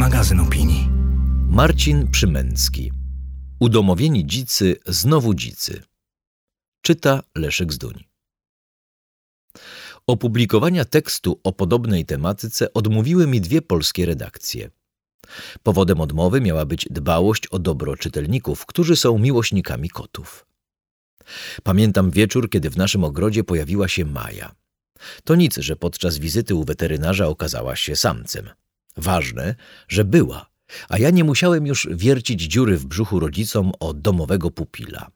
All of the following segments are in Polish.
magazyn opinii. Marcin Przymęcki. Udomowieni dzicy, znowu dzicy. Czyta Leszek Zduń. Opublikowania tekstu o podobnej tematyce odmówiły mi 2 polskie redakcje. Powodem odmowy miała być dbałość o dobro czytelników, którzy są miłośnikami kotów. Pamiętam wieczór, kiedy w naszym ogrodzie pojawiła się Maja. To nic, że podczas wizyty u weterynarza okazała się samcem. Ważne, że była, a ja nie musiałem już wiercić dziury w brzuchu rodzicom o domowego pupila.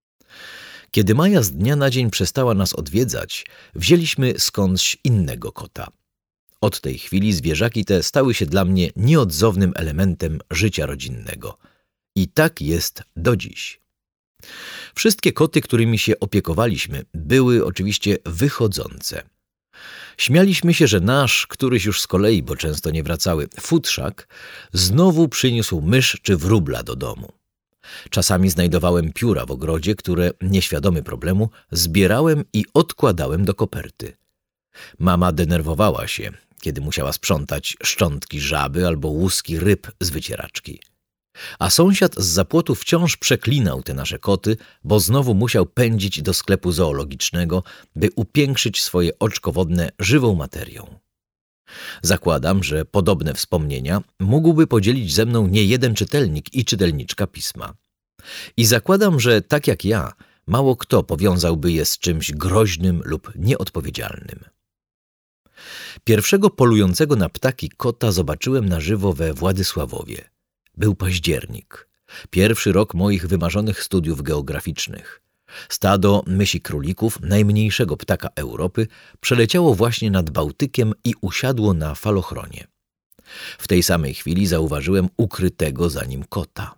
Kiedy Maja z dnia na dzień przestała nas odwiedzać, wzięliśmy skądś innego kota. Od tej chwili zwierzaki te stały się dla mnie nieodzownym elementem życia rodzinnego. I tak jest do dziś. Wszystkie koty, którymi się opiekowaliśmy, były oczywiście wychodzące. Śmialiśmy się, że nasz, któryś już z kolei, bo często nie wracały, futrzak, znowu przyniósł mysz czy wróbla do domu. Czasami znajdowałem pióra w ogrodzie, które, nieświadomy problemu, zbierałem i odkładałem do koperty. Mama denerwowała się, kiedy musiała sprzątać szczątki żaby albo łuski ryb z wycieraczki. A sąsiad z zapłotu wciąż przeklinał te nasze koty, bo znowu musiał pędzić do sklepu zoologicznego, by upiększyć swoje oczko wodne żywą materią. Zakładam, że podobne wspomnienia mógłby podzielić ze mną niejeden czytelnik i czytelniczka pisma. I zakładam, że tak jak ja, mało kto powiązałby je z czymś groźnym lub nieodpowiedzialnym. Pierwszego polującego na ptaki kota zobaczyłem na żywo we Władysławowie. Był październik, pierwszy rok moich wymarzonych studiów geograficznych. Stado mysi królików, najmniejszego ptaka Europy, przeleciało właśnie nad Bałtykiem i usiadło na falochronie. W tej samej chwili zauważyłem ukrytego za nim kota.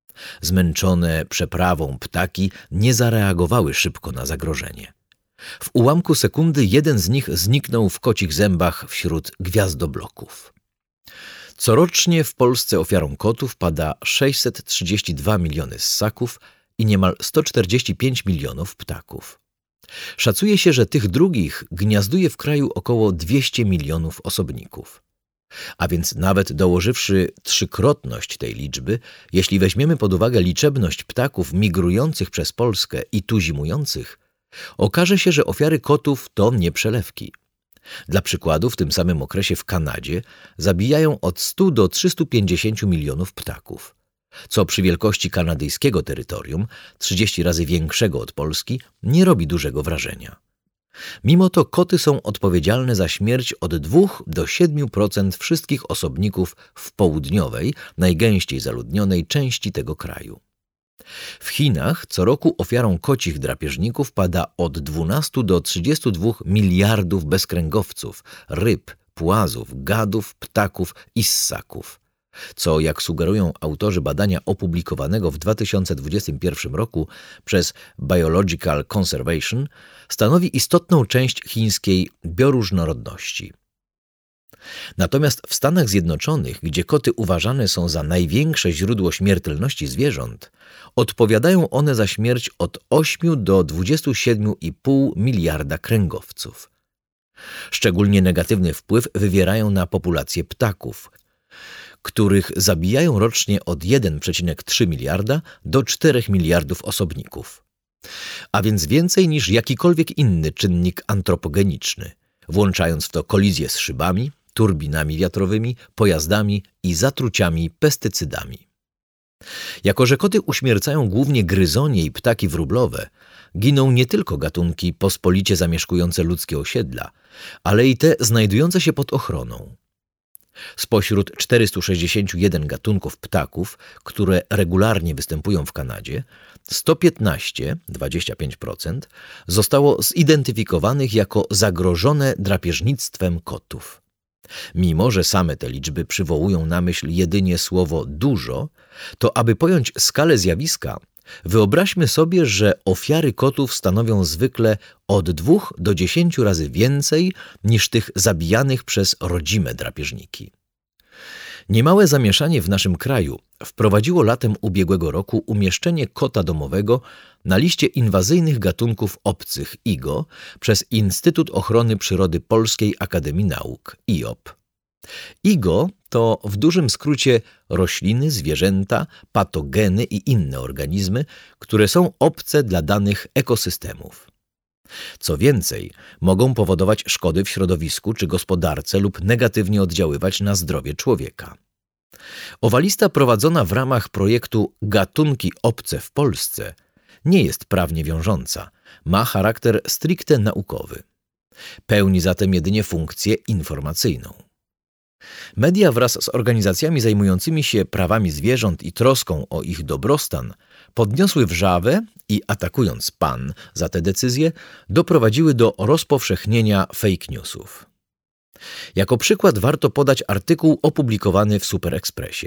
Zmęczone przeprawą ptaki nie zareagowały szybko na zagrożenie. W ułamku sekundy jeden z nich zniknął w kocich zębach wśród gwiazdobloków. Corocznie w Polsce ofiarą kotów pada 632 miliony ssaków i niemal 145 milionów ptaków. Szacuje się, że tych drugich gniazduje w kraju około 200 milionów osobników. A więc nawet dołożywszy trzykrotność tej liczby, jeśli weźmiemy pod uwagę liczebność ptaków migrujących przez Polskę i tu zimujących, okaże się, że ofiary kotów to nie przelewki. Dla przykładu w tym samym okresie w Kanadzie zabijają od 100 do 350 milionów ptaków, co przy wielkości kanadyjskiego terytorium, 30 razy większego od Polski, nie robi dużego wrażenia. Mimo to koty są odpowiedzialne za śmierć od 2 do 7% wszystkich osobników w południowej, najgęściej zaludnionej części tego kraju. W Chinach co roku ofiarą kocich drapieżników pada od 12 do 32 miliardów bezkręgowców, ryb, płazów, gadów, ptaków i ssaków, co, jak sugerują autorzy badania opublikowanego w 2021 roku przez Biological Conservation, stanowi istotną część chińskiej bioróżnorodności. Natomiast w Stanach Zjednoczonych, gdzie koty uważane są za największe źródło śmiertelności zwierząt, odpowiadają one za śmierć od 8 do 27,5 miliarda kręgowców. Szczególnie negatywny wpływ wywierają na populację ptaków, których zabijają rocznie od 1,3 miliarda do 4 miliardów osobników. A więc więcej niż jakikolwiek inny czynnik antropogeniczny, włączając w to kolizje z szybami, turbinami wiatrowymi, pojazdami i zatruciami pestycydami. Jako że koty uśmiercają głównie gryzonie i ptaki wróblowe, giną nie tylko gatunki pospolicie zamieszkujące ludzkie osiedla, ale i te znajdujące się pod ochroną. Spośród 461 gatunków ptaków, które regularnie występują w Kanadzie, 115, 25%, zostało zidentyfikowanych jako zagrożone drapieżnictwem kotów. Mimo że same te liczby przywołują na myśl jedynie słowo dużo, to aby pojąć skalę zjawiska, wyobraźmy sobie, że ofiary kotów stanowią zwykle od 2 do 10 razy więcej niż tych zabijanych przez rodzime drapieżniki. Niemałe zamieszanie w naszym kraju wprowadziło latem ubiegłego roku umieszczenie kota domowego na liście inwazyjnych gatunków obcych IGO przez Instytut Ochrony Przyrody Polskiej Akademii Nauk IOP. IGO to w dużym skrócie rośliny, zwierzęta, patogeny i inne organizmy, które są obce dla danych ekosystemów. Co więcej, mogą powodować szkody w środowisku czy gospodarce lub negatywnie oddziaływać na zdrowie człowieka. Owa lista prowadzona w ramach projektu Gatunki obce w Polsce nie jest prawnie wiążąca, ma charakter stricte naukowy. Pełni zatem jedynie funkcję informacyjną. Media wraz z organizacjami zajmującymi się prawami zwierząt i troską o ich dobrostan podniosły wrzawę i, atakując PAN za tę decyzję, doprowadziły do rozpowszechnienia fake newsów. Jako przykład warto podać artykuł opublikowany w Super Expressie.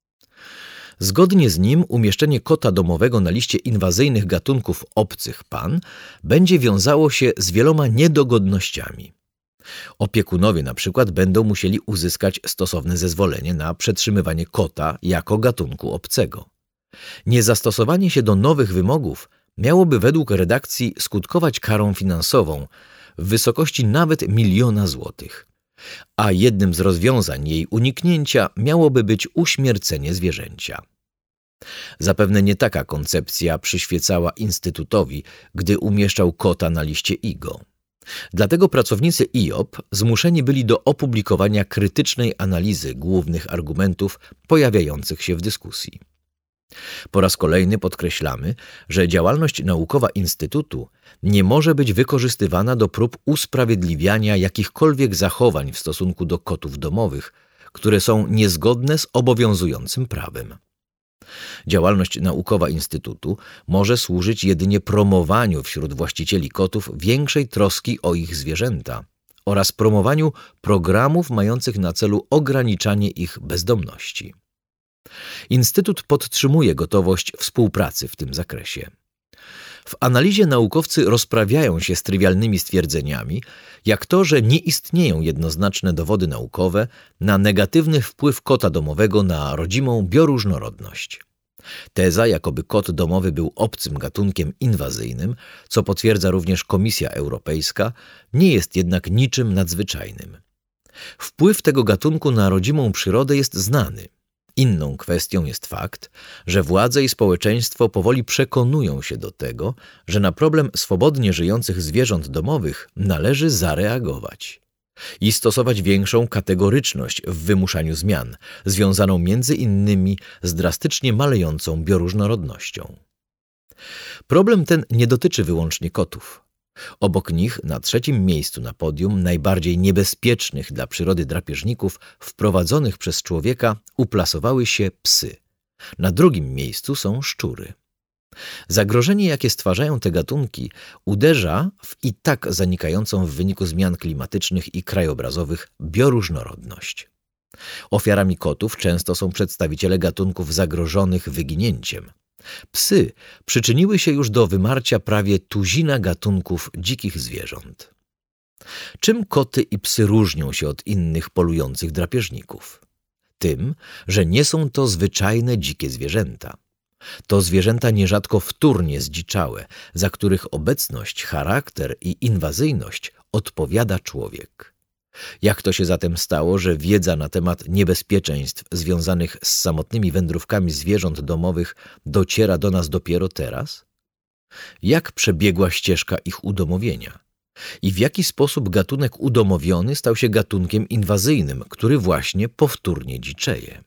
Zgodnie z nim umieszczenie kota domowego na liście inwazyjnych gatunków obcych PAN będzie wiązało się z wieloma niedogodnościami. Opiekunowie na przykład będą musieli uzyskać stosowne zezwolenie na przetrzymywanie kota jako gatunku obcego. Niezastosowanie się do nowych wymogów miałoby według redakcji skutkować karą finansową w wysokości nawet 1 000 000 złotych, a jednym z rozwiązań jej uniknięcia miałoby być uśmiercenie zwierzęcia. Zapewne nie taka koncepcja przyświecała Instytutowi, gdy umieszczał kota na liście IGO. Dlatego pracownicy IOP zmuszeni byli do opublikowania krytycznej analizy głównych argumentów pojawiających się w dyskusji. Po raz kolejny podkreślamy, że działalność naukowa Instytutu nie może być wykorzystywana do prób usprawiedliwiania jakichkolwiek zachowań w stosunku do kotów domowych, które są niezgodne z obowiązującym prawem. Działalność naukowa Instytutu może służyć jedynie promowaniu wśród właścicieli kotów większej troski o ich zwierzęta oraz promowaniu programów mających na celu ograniczanie ich bezdomności. Instytut podtrzymuje gotowość współpracy w tym zakresie. W analizie naukowcy rozprawiają się z trywialnymi stwierdzeniami, jak to, że nie istnieją jednoznaczne dowody naukowe na negatywny wpływ kota domowego na rodzimą bioróżnorodność. Teza, jakoby kot domowy był obcym gatunkiem inwazyjnym, co potwierdza również Komisja Europejska, nie jest jednak niczym nadzwyczajnym. Wpływ tego gatunku na rodzimą przyrodę jest znany. Inną kwestią jest fakt, że władze i społeczeństwo powoli przekonują się do tego, że na problem swobodnie żyjących zwierząt domowych należy zareagować i stosować większą kategoryczność w wymuszaniu zmian, związaną między innymi z drastycznie malejącą bioróżnorodnością. Problem ten nie dotyczy wyłącznie kotów. Obok nich na 3. miejscu na podium najbardziej niebezpiecznych dla przyrody drapieżników wprowadzonych przez człowieka uplasowały się psy. Na 2. miejscu są szczury. Zagrożenie, jakie stwarzają te gatunki, uderza w i tak zanikającą w wyniku zmian klimatycznych i krajobrazowych bioróżnorodność. Ofiarami kotów często są przedstawiciele gatunków zagrożonych wyginięciem. Psy przyczyniły się już do wymarcia prawie 1/2 gatunków dzikich zwierząt. Czym koty i psy różnią się od innych polujących drapieżników? Tym, że nie są to zwyczajne dzikie zwierzęta. To zwierzęta nierzadko wtórnie zdziczałe, za których obecność, charakter i inwazyjność odpowiada człowiek. Jak to się zatem stało, że wiedza na temat niebezpieczeństw związanych z samotnymi wędrówkami zwierząt domowych dociera do nas dopiero teraz? Jak przebiegła ścieżka ich udomowienia? I w jaki sposób gatunek udomowiony stał się gatunkiem inwazyjnym, który właśnie powtórnie dziczeje?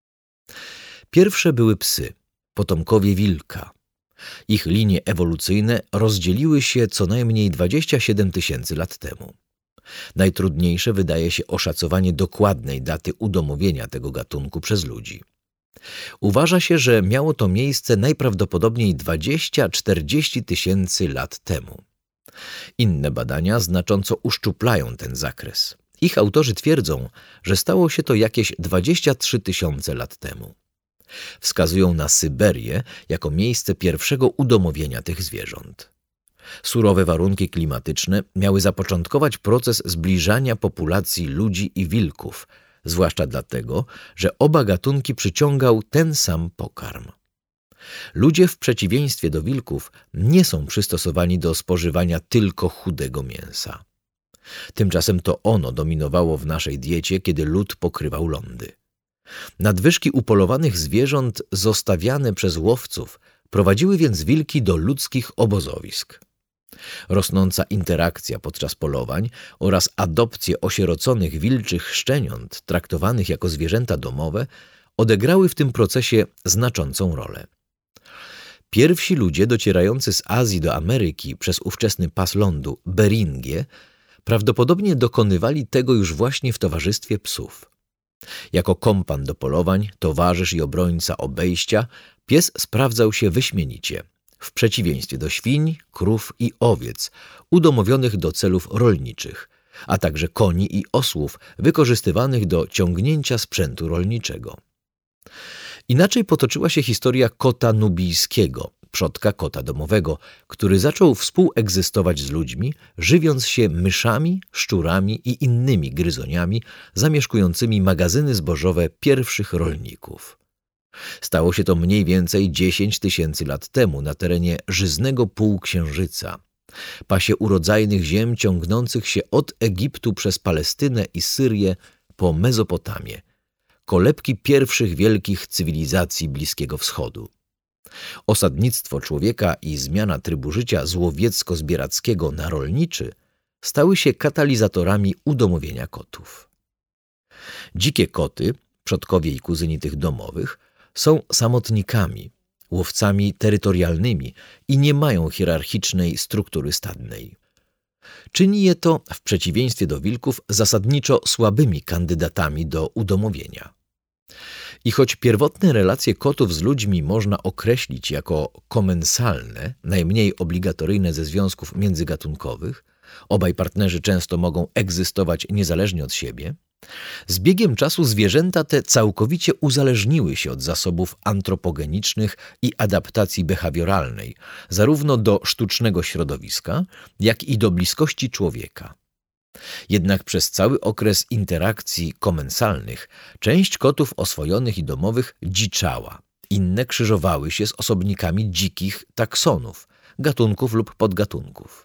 Pierwsze były psy, potomkowie wilka. Ich linie ewolucyjne rozdzieliły się co najmniej 27 000 lat temu. Najtrudniejsze wydaje się oszacowanie dokładnej daty udomowienia tego gatunku przez ludzi. Uważa się, że miało to miejsce najprawdopodobniej 20–40 tysięcy lat temu. Inne badania znacząco uszczuplają ten zakres. Ich autorzy twierdzą, że stało się to jakieś 23 000 lat temu. Wskazują na Syberię jako miejsce pierwszego udomowienia tych zwierząt. Surowe warunki klimatyczne miały zapoczątkować proces zbliżania populacji ludzi i wilków, zwłaszcza dlatego, że oba gatunki przyciągał ten sam pokarm. Ludzie w przeciwieństwie do wilków nie są przystosowani do spożywania tylko chudego mięsa. Tymczasem to ono dominowało w naszej diecie, kiedy lód pokrywał lądy. Nadwyżki upolowanych zwierząt zostawiane przez łowców prowadziły więc wilki do ludzkich obozowisk. Rosnąca interakcja podczas polowań oraz adopcje osieroconych wilczych szczeniąt traktowanych jako zwierzęta domowe odegrały w tym procesie znaczącą rolę. Pierwsi ludzie docierający z Azji do Ameryki przez ówczesny pas lądu Beringie prawdopodobnie dokonywali tego już właśnie w towarzystwie psów. Jako kompan do polowań, towarzysz i obrońca obejścia, pies sprawdzał się wyśmienicie, w przeciwieństwie do świń, krów i owiec udomowionych do celów rolniczych, a także koni i osłów wykorzystywanych do ciągnięcia sprzętu rolniczego. Inaczej potoczyła się historia kota nubijskiego, przodka kota domowego, który zaczął współegzystować z ludźmi, żywiąc się myszami, szczurami i innymi gryzoniami zamieszkującymi magazyny zbożowe pierwszych rolników. Stało się to mniej więcej 10 000 lat temu na terenie żyznego półksiężyca, pasie urodzajnych ziem ciągnących się od Egiptu przez Palestynę i Syrię po Mezopotamię, kolebki pierwszych wielkich cywilizacji Bliskiego Wschodu. Osadnictwo człowieka i zmiana trybu życia z łowiecko-zbierackiego na rolniczy stały się katalizatorami udomowienia kotów. Dzikie koty, przodkowie i kuzyni tych domowych, są samotnikami, łowcami terytorialnymi i nie mają hierarchicznej struktury stadnej. Czyni je to, w przeciwieństwie do wilków, zasadniczo słabymi kandydatami do udomowienia. I choć pierwotne relacje kotów z ludźmi można określić jako komensalne, najmniej obligatoryjne ze związków międzygatunkowych, obaj partnerzy często mogą egzystować niezależnie od siebie, z biegiem czasu zwierzęta te całkowicie uzależniły się od zasobów antropogenicznych i adaptacji behawioralnej, zarówno do sztucznego środowiska, jak i do bliskości człowieka. Jednak przez cały okres interakcji komensalnych część kotów oswojonych i domowych dziczała, inne krzyżowały się z osobnikami dzikich taksonów, gatunków lub podgatunków.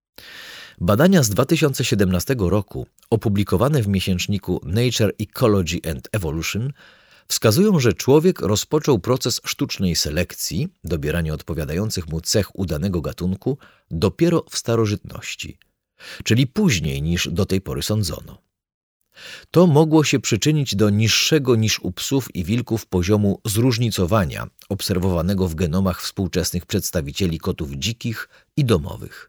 Badania z 2017 roku, opublikowane w miesięczniku Nature Ecology and Evolution, wskazują, że człowiek rozpoczął proces sztucznej selekcji, dobierania odpowiadających mu cech udanego gatunku, dopiero w starożytności, czyli później niż do tej pory sądzono. To mogło się przyczynić do niższego niż u psów i wilków poziomu zróżnicowania obserwowanego w genomach współczesnych przedstawicieli kotów dzikich i domowych.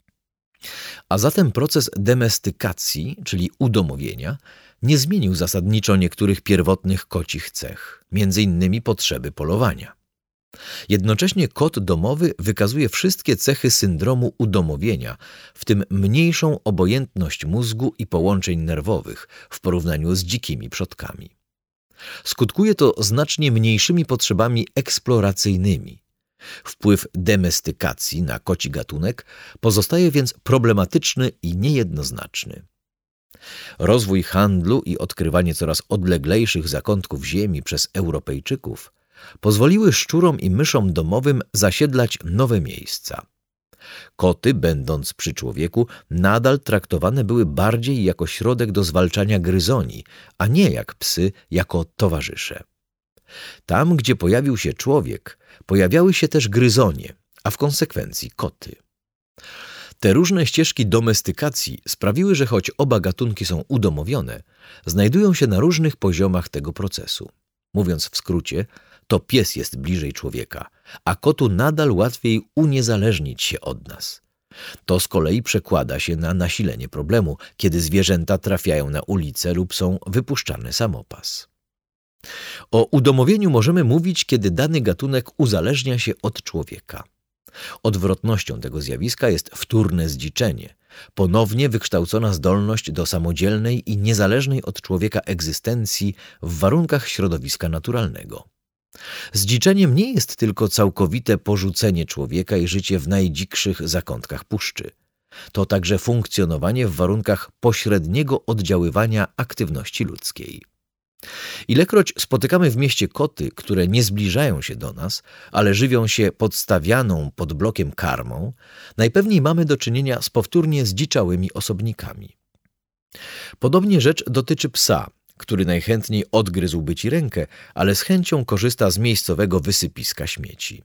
A zatem proces demestykacji, czyli udomowienia, nie zmienił zasadniczo niektórych pierwotnych kocich cech, między innymi potrzeby polowania. Jednocześnie kot domowy wykazuje wszystkie cechy syndromu udomowienia, w tym mniejszą obojętność mózgu i połączeń nerwowych w porównaniu z dzikimi przodkami. Skutkuje to znacznie mniejszymi potrzebami eksploracyjnymi. Wpływ demestykacji na koci gatunek pozostaje więc problematyczny i niejednoznaczny. Rozwój handlu i odkrywanie coraz odleglejszych zakątków ziemi przez Europejczyków pozwoliły szczurom i myszom domowym zasiedlać nowe miejsca. Koty, będąc przy człowieku, nadal traktowane były bardziej jako środek do zwalczania gryzoni, a nie jak psy, jako towarzysze. Tam, gdzie pojawił się człowiek, pojawiały się też gryzonie, a w konsekwencji koty. Te różne ścieżki domestykacji sprawiły, że choć oba gatunki są udomowione, znajdują się na różnych poziomach tego procesu. Mówiąc w skrócie, to pies jest bliżej człowieka, a kotu nadal łatwiej uniezależnić się od nas. To z kolei przekłada się na nasilenie problemu, kiedy zwierzęta trafiają na ulicę lub są wypuszczane samopas. O udomowieniu możemy mówić, kiedy dany gatunek uzależnia się od człowieka. Odwrotnością tego zjawiska jest wtórne zdziczenie, ponownie wykształcona zdolność do samodzielnej i niezależnej od człowieka egzystencji w warunkach środowiska naturalnego. Zdziczeniem nie jest tylko całkowite porzucenie człowieka i życie w najdzikszych zakątkach puszczy. To także funkcjonowanie w warunkach pośredniego oddziaływania aktywności ludzkiej. Ilekroć spotykamy w mieście koty, które nie zbliżają się do nas, ale żywią się podstawianą pod blokiem karmą, najpewniej mamy do czynienia z powtórnie zdziczałymi osobnikami. Podobnie rzecz dotyczy psa, który najchętniej odgryzłby ci rękę, ale z chęcią korzysta z miejscowego wysypiska śmieci.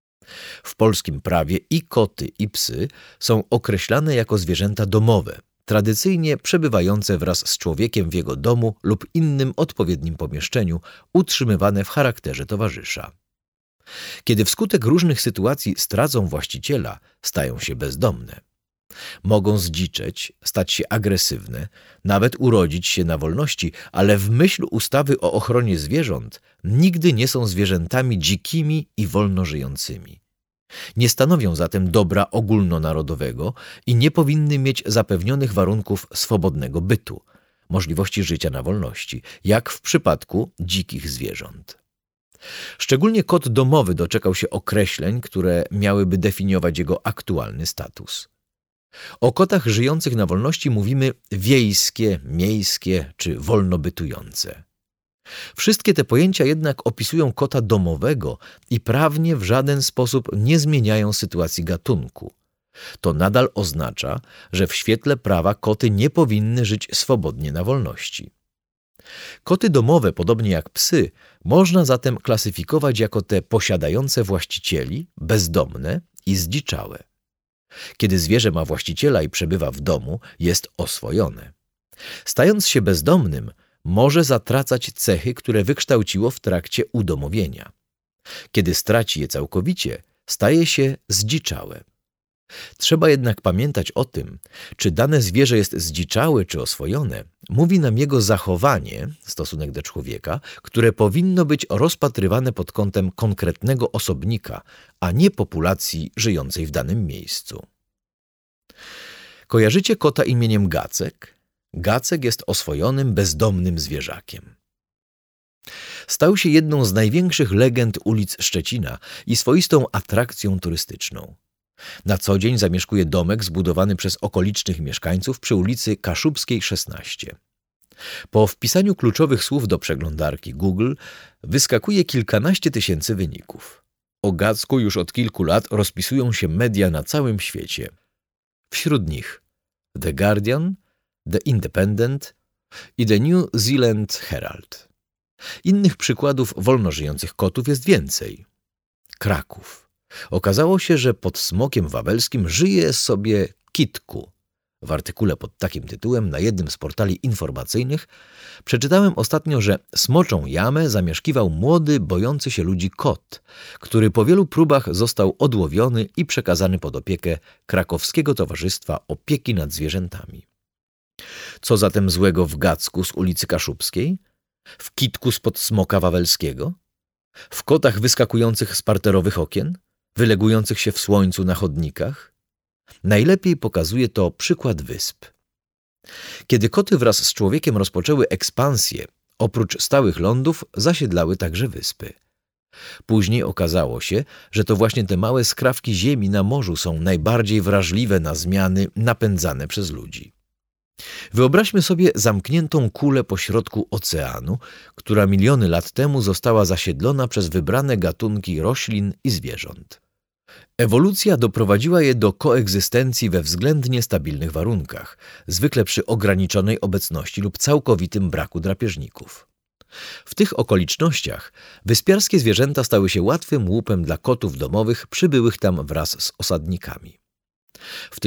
W polskim prawie i koty, i psy są określane jako zwierzęta domowe, tradycyjnie przebywające wraz z człowiekiem w jego domu lub innym odpowiednim pomieszczeniu, utrzymywane w charakterze towarzysza. Kiedy wskutek różnych sytuacji stracą właściciela, stają się bezdomne. Mogą zdziczeć, stać się agresywne, nawet urodzić się na wolności, ale w myśl ustawy o ochronie zwierząt nigdy nie są zwierzętami dzikimi i wolno żyjącymi. Nie stanowią zatem dobra ogólnonarodowego i nie powinny mieć zapewnionych warunków swobodnego bytu, możliwości życia na wolności, jak w przypadku dzikich zwierząt. Szczególnie kot domowy doczekał się określeń, które miałyby definiować jego aktualny status. O kotach żyjących na wolności mówimy wiejskie, miejskie czy wolnobytujące. Wszystkie te pojęcia jednak opisują kota domowego i prawnie w żaden sposób nie zmieniają sytuacji gatunku. To nadal oznacza, że w świetle prawa koty nie powinny żyć swobodnie na wolności. Koty domowe, podobnie jak psy, można zatem klasyfikować jako te posiadające właścicieli, bezdomne i zdziczałe. Kiedy zwierzę ma właściciela i przebywa w domu, jest oswojone. Stając się bezdomnym, może zatracać cechy, które wykształciło w trakcie udomowienia. Kiedy straci je całkowicie, staje się zdziczałe. Trzeba jednak pamiętać o tym, czy dane zwierzę jest zdziczałe czy oswojone, mówi nam jego zachowanie, stosunek do człowieka, które powinno być rozpatrywane pod kątem konkretnego osobnika, a nie populacji żyjącej w danym miejscu. Kojarzycie kota imieniem Gacek? Gacek jest oswojonym, bezdomnym zwierzakiem. Stał się jedną z największych legend ulic Szczecina i swoistą atrakcją turystyczną. Na co dzień zamieszkuje domek zbudowany przez okolicznych mieszkańców przy ulicy Kaszubskiej 16. Po wpisaniu kluczowych słów do przeglądarki Google wyskakuje kilkanaście tysięcy wyników. O Gacku już od kilku lat rozpisują się media na całym świecie. Wśród nich The Guardian, The Independent i The New Zealand Herald. Innych przykładów wolno żyjących kotów jest więcej. Kraków. Okazało się, że pod Smokiem Wawelskim żyje sobie Kitku. W artykule pod takim tytułem na jednym z portali informacyjnych przeczytałem ostatnio, że Smoczą Jamę zamieszkiwał młody, bojący się ludzi kot, który po wielu próbach został odłowiony i przekazany pod opiekę Krakowskiego Towarzystwa Opieki nad Zwierzętami. Co zatem złego w Gacku z ulicy Kaszubskiej? W Kitku spod Smoka Wawelskiego? W kotach wyskakujących z parterowych okien? Wylegujących się w słońcu na chodnikach? Najlepiej pokazuje to przykład wysp. Kiedy koty wraz z człowiekiem rozpoczęły ekspansję, oprócz stałych lądów zasiedlały także wyspy. Później okazało się, że to właśnie te małe skrawki ziemi na morzu są najbardziej wrażliwe na zmiany napędzane przez ludzi. Wyobraźmy sobie zamkniętą kulę pośrodku oceanu, która miliony lat temu została zasiedlona przez wybrane gatunki roślin i zwierząt. Ewolucja doprowadziła je do koegzystencji we względnie stabilnych warunkach, zwykle przy ograniczonej obecności lub całkowitym braku drapieżników. W tych okolicznościach wyspiarskie zwierzęta stały się łatwym łupem dla kotów domowych przybyłych tam wraz z osadnikami. W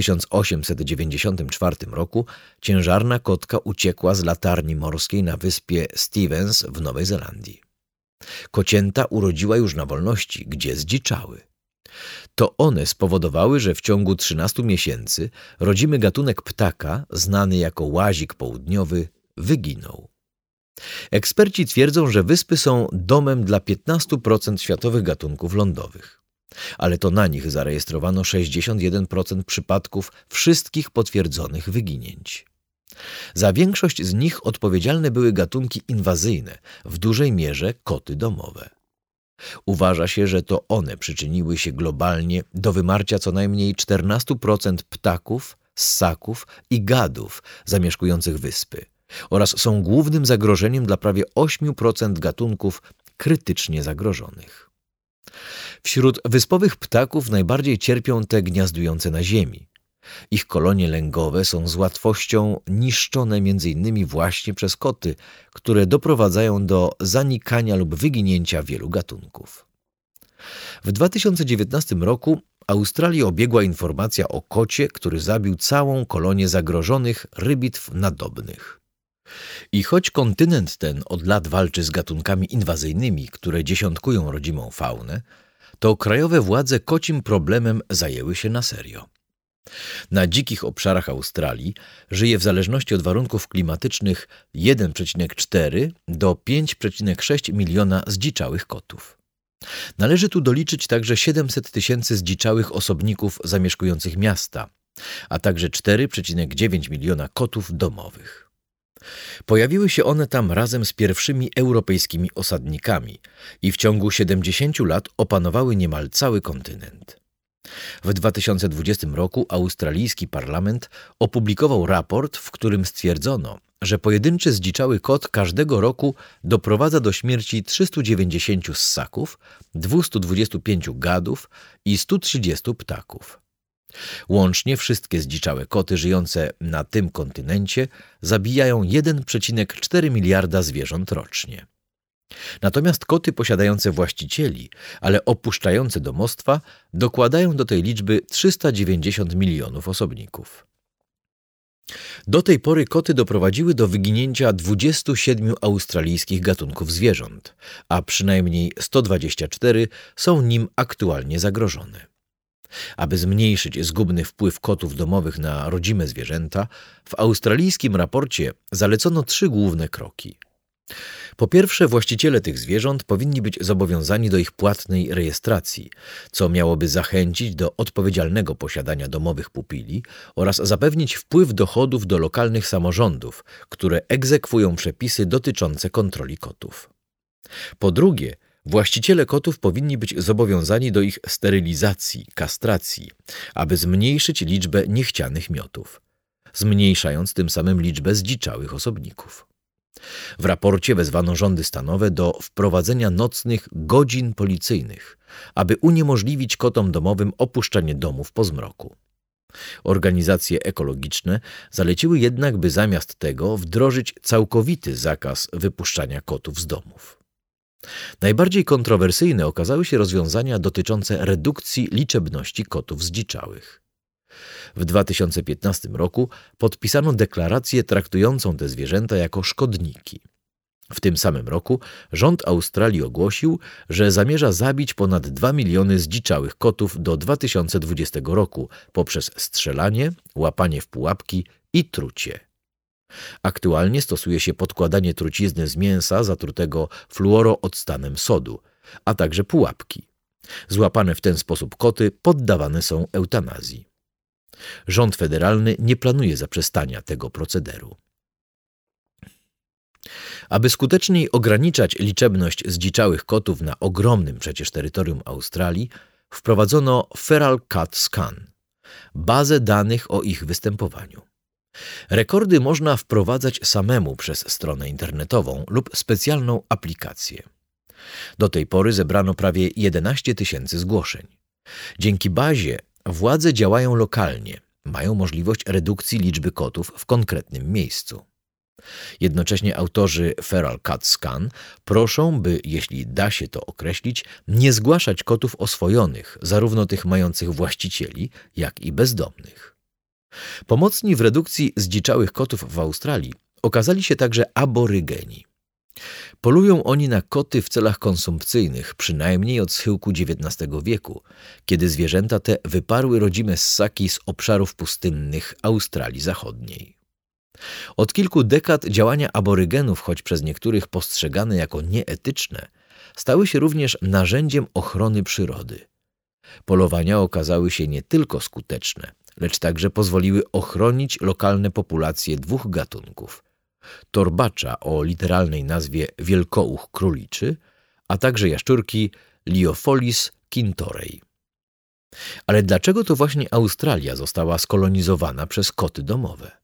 1894 roku ciężarna kotka uciekła z latarni morskiej na wyspie Stevens w Nowej Zelandii. Kocięta urodziła już na wolności, gdzie zdziczały. To one spowodowały, że w ciągu 13 miesięcy rodzimy gatunek ptaka, znany jako łazik południowy, wyginął. Eksperci twierdzą, że wyspy są domem dla 15% światowych gatunków lądowych. Ale to na nich zarejestrowano 61% przypadków wszystkich potwierdzonych wyginięć. Za większość z nich odpowiedzialne były gatunki inwazyjne, w dużej mierze koty domowe. Uważa się, że to one przyczyniły się globalnie do wymarcia co najmniej 14% ptaków, ssaków i gadów zamieszkujących wyspy, oraz są głównym zagrożeniem dla prawie 8% gatunków krytycznie zagrożonych. Wśród wyspowych ptaków najbardziej cierpią te gniazdujące na ziemi. Ich kolonie lęgowe są z łatwością niszczone m.in. właśnie przez koty, które doprowadzają do zanikania lub wyginięcia wielu gatunków. W 2019 roku Australię obiegła informacja o kocie, który zabił całą kolonię zagrożonych rybitw nadobnych. I choć kontynent ten od lat walczy z gatunkami inwazyjnymi, które dziesiątkują rodzimą faunę, to krajowe władze kocim problemem zajęły się na serio. Na dzikich obszarach Australii żyje w zależności od warunków klimatycznych 1,4 do 5,6 miliona zdziczałych kotów. Należy tu doliczyć także 700 tysięcy zdziczałych osobników zamieszkujących miasta, a także 4,9 miliona kotów domowych. Pojawiły się one tam razem z pierwszymi europejskimi osadnikami i w ciągu 70 lat opanowały niemal cały kontynent. W 2020 roku australijski parlament opublikował raport, w którym stwierdzono, że pojedynczy zdziczały kot każdego roku doprowadza do śmierci 390 ssaków, 225 gadów i 130 ptaków. Łącznie wszystkie zdziczałe koty żyjące na tym kontynencie zabijają 1,4 miliarda zwierząt rocznie. Natomiast koty posiadające właścicieli, ale opuszczające domostwa, dokładają do tej liczby 390 milionów osobników. Do tej pory koty doprowadziły do wyginięcia 27 australijskich gatunków zwierząt, a przynajmniej 124 są nim aktualnie zagrożone. Aby zmniejszyć zgubny wpływ kotów domowych na rodzime zwierzęta, w australijskim raporcie zalecono 3 główne kroki. Po pierwsze, właściciele tych zwierząt powinni być zobowiązani do ich płatnej rejestracji, co miałoby zachęcić do odpowiedzialnego posiadania domowych pupili oraz zapewnić wpływ dochodów do lokalnych samorządów, które egzekwują przepisy dotyczące kontroli kotów. Po drugie, właściciele kotów powinni być zobowiązani do ich sterylizacji, kastracji, aby zmniejszyć liczbę niechcianych miotów, zmniejszając tym samym liczbę zdziczałych osobników. W raporcie wezwano rządy stanowe do wprowadzenia nocnych godzin policyjnych, aby uniemożliwić kotom domowym opuszczanie domów po zmroku. Organizacje ekologiczne zaleciły jednak, by zamiast tego wdrożyć całkowity zakaz wypuszczania kotów z domów. Najbardziej kontrowersyjne okazały się rozwiązania dotyczące redukcji liczebności kotów zdziczałych. W 2015 roku podpisano deklarację traktującą te zwierzęta jako szkodniki. W tym samym roku rząd Australii ogłosił, że zamierza zabić ponad 2 miliony zdziczałych kotów do 2020 roku poprzez strzelanie, łapanie w pułapki i trucie. Aktualnie stosuje się podkładanie trucizny z mięsa zatrutego fluorooctanem sodu, a także pułapki. Złapane w ten sposób koty poddawane są eutanazji. Rząd federalny nie planuje zaprzestania tego procederu. Aby skuteczniej ograniczać liczebność zdziczałych kotów na ogromnym przecież terytorium Australii, wprowadzono Feral Cat Scan, bazę danych o ich występowaniu. Rekordy można wprowadzać samemu przez stronę internetową lub specjalną aplikację. Do tej pory zebrano prawie 11 tysięcy zgłoszeń. Dzięki bazie władze działają lokalnie, mają możliwość redukcji liczby kotów w konkretnym miejscu. Jednocześnie autorzy Feral Cat Scan proszą, by, jeśli da się to określić, nie zgłaszać kotów oswojonych, zarówno tych mających właścicieli, jak i bezdomnych. Pomocni w redukcji zdziczałych kotów w Australii okazali się także aborygeni. Polują oni na koty w celach konsumpcyjnych przynajmniej od schyłku XIX wieku, kiedy zwierzęta te wyparły rodzime ssaki z obszarów pustynnych Australii Zachodniej. Od kilku dekad działania aborygenów, choć przez niektórych postrzegane jako nieetyczne, stały się również narzędziem ochrony przyrody. Polowania okazały się nie tylko skuteczne, lecz także pozwoliły ochronić lokalne populacje 2 gatunków: torbacza o literalnej nazwie wielkouch króliczy, a także jaszczurki Liofolis kintorei. Ale dlaczego to właśnie Australia została skolonizowana przez koty domowe?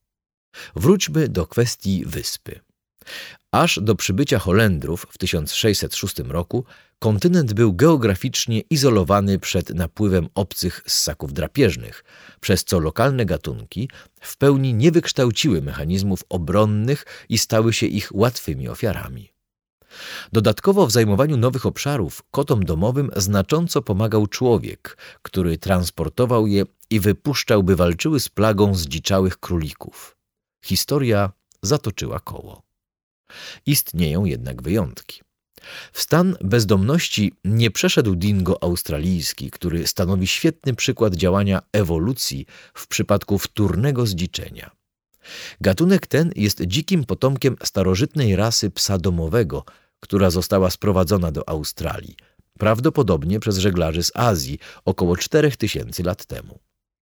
Wróćmy do kwestii wyspy. Aż do przybycia Holendrów w 1606 roku kontynent był geograficznie izolowany przed napływem obcych ssaków drapieżnych, przez co lokalne gatunki w pełni nie wykształciły mechanizmów obronnych i stały się ich łatwymi ofiarami. Dodatkowo w zajmowaniu nowych obszarów kotom domowym znacząco pomagał człowiek, który transportował je i wypuszczał, by walczyły z plagą zdziczałych królików. Historia zatoczyła koło. Istnieją jednak wyjątki. W stan bezdomności nie przeszedł dingo australijski, który stanowi świetny przykład działania ewolucji w przypadku wtórnego zdziczenia. Gatunek ten jest dzikim potomkiem starożytnej rasy psa domowego, która została sprowadzona do Australii, prawdopodobnie przez żeglarzy z Azji około 4000 lat temu.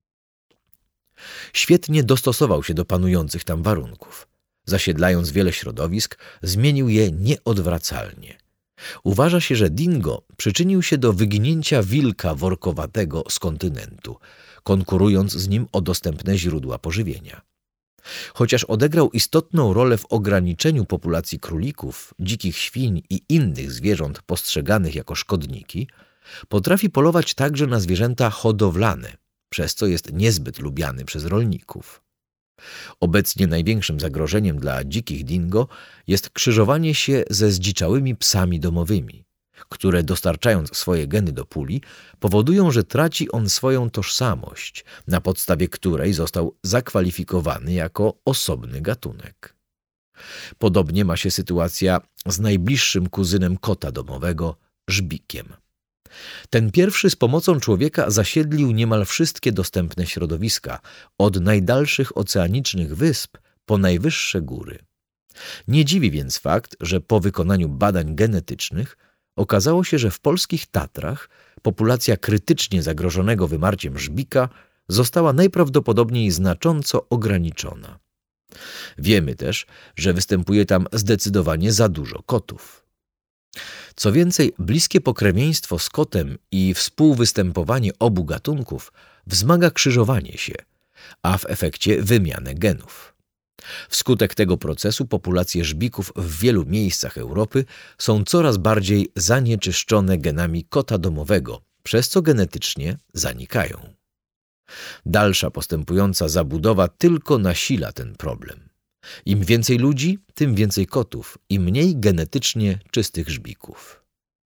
Świetnie dostosował się do panujących tam warunków. Zasiedlając wiele środowisk, zmienił je nieodwracalnie. Uważa się, że dingo przyczynił się do wyginięcia wilka workowatego z kontynentu, konkurując z nim o dostępne źródła pożywienia. Chociaż odegrał istotną rolę w ograniczeniu populacji królików, dzikich świń i innych zwierząt postrzeganych jako szkodniki, potrafi polować także na zwierzęta hodowlane, przez co jest niezbyt lubiany przez rolników. Obecnie największym zagrożeniem dla dzikich dingo jest krzyżowanie się ze zdziczałymi psami domowymi, które dostarczając swoje geny do puli, powodują, że traci on swoją tożsamość, na podstawie której został zakwalifikowany jako osobny gatunek. Podobnie ma się sytuacja z najbliższym kuzynem kota domowego, żbikiem. Ten pierwszy z pomocą człowieka zasiedlił niemal wszystkie dostępne środowiska, od najdalszych oceanicznych wysp po najwyższe góry. Nie dziwi więc fakt, że po wykonaniu badań genetycznych okazało się, że w polskich Tatrach populacja krytycznie zagrożonego wymarciem żbika została najprawdopodobniej znacząco ograniczona. Wiemy też, że występuje tam zdecydowanie za dużo kotów. Co więcej, bliskie pokrewieństwo z kotem i współwystępowanie obu gatunków wzmaga krzyżowanie się, a w efekcie wymianę genów. Wskutek tego procesu populacje żbików w wielu miejscach Europy są coraz bardziej zanieczyszczone genami kota domowego, przez co genetycznie zanikają. Dalsza postępująca zabudowa tylko nasila ten problem. Im więcej ludzi, tym więcej kotów i mniej genetycznie czystych żbików.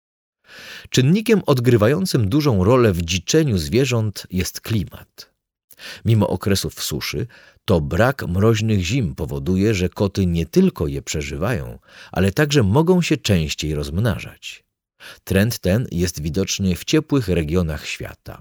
Czynnikiem odgrywającym dużą rolę w dziczeniu zwierząt jest klimat. Mimo okresów suszy, to brak mroźnych zim powoduje, że koty nie tylko je przeżywają, ale także mogą się częściej rozmnażać. Trend ten jest widoczny w ciepłych regionach świata.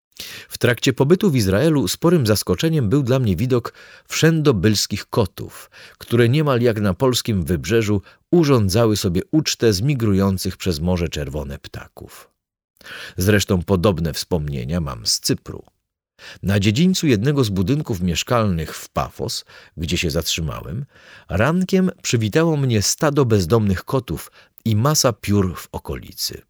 W trakcie pobytu w Izraelu sporym zaskoczeniem był dla mnie widok wszędobylskich kotów, które niemal jak na polskim wybrzeżu urządzały sobie ucztę z migrujących przez Morze Czerwone ptaków. Zresztą podobne wspomnienia mam z Cypru. Na dziedzińcu jednego z budynków mieszkalnych w Pafos, gdzie się zatrzymałem, rankiem przywitało mnie stado bezdomnych kotów i masa piór w okolicy.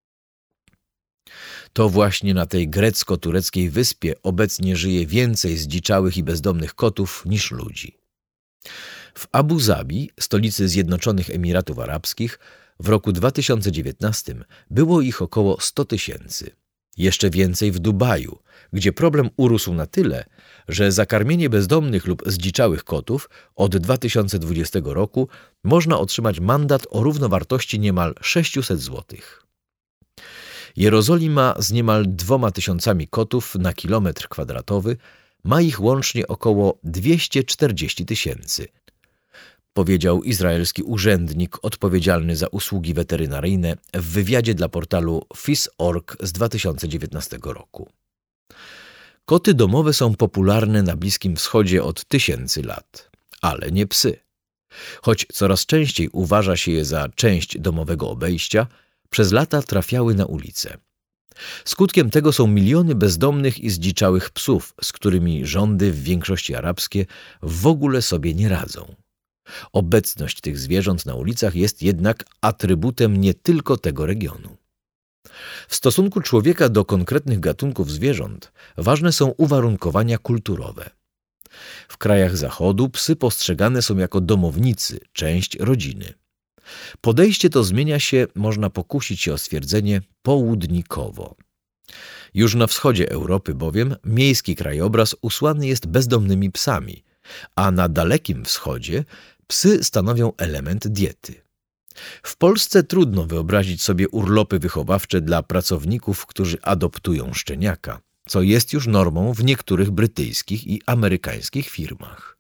To właśnie na tej grecko-tureckiej wyspie obecnie żyje więcej zdziczałych i bezdomnych kotów niż ludzi. W Abu Zabi, stolicy Zjednoczonych Emiratów Arabskich, w roku 2019 było ich około 100 000. Jeszcze więcej w Dubaju, gdzie problem urósł na tyle, że za karmienie bezdomnych lub zdziczałych kotów od 2020 roku można otrzymać mandat o równowartości niemal 600 zł. Jerozolima z niemal 2000 kotów na kilometr kwadratowy ma ich łącznie około 240 000, powiedział izraelski urzędnik odpowiedzialny za usługi weterynaryjne w wywiadzie dla portalu FIS.org z 2019 roku. Koty domowe są popularne na Bliskim Wschodzie od 1000 lat, ale nie psy. Choć coraz częściej uważa się je za część domowego obejścia, przez lata trafiały na ulicę. Skutkiem tego są miliony bezdomnych i zdziczałych psów, z którymi rządy w większości arabskie w ogóle sobie nie radzą. Obecność tych zwierząt na ulicach jest jednak atrybutem nie tylko tego regionu. W stosunku człowieka do konkretnych gatunków zwierząt ważne są uwarunkowania kulturowe. W krajach Zachodu psy postrzegane są jako domownicy, część rodziny. Podejście to zmienia się, można pokusić się o stwierdzenie, południkowo. Już na wschodzie Europy bowiem miejski krajobraz usłany jest bezdomnymi psami, a na Dalekim Wschodzie psy stanowią element diety. W Polsce trudno wyobrazić sobie urlopy wychowawcze dla pracowników, którzy adoptują szczeniaka, co jest już normą w niektórych brytyjskich i amerykańskich firmach.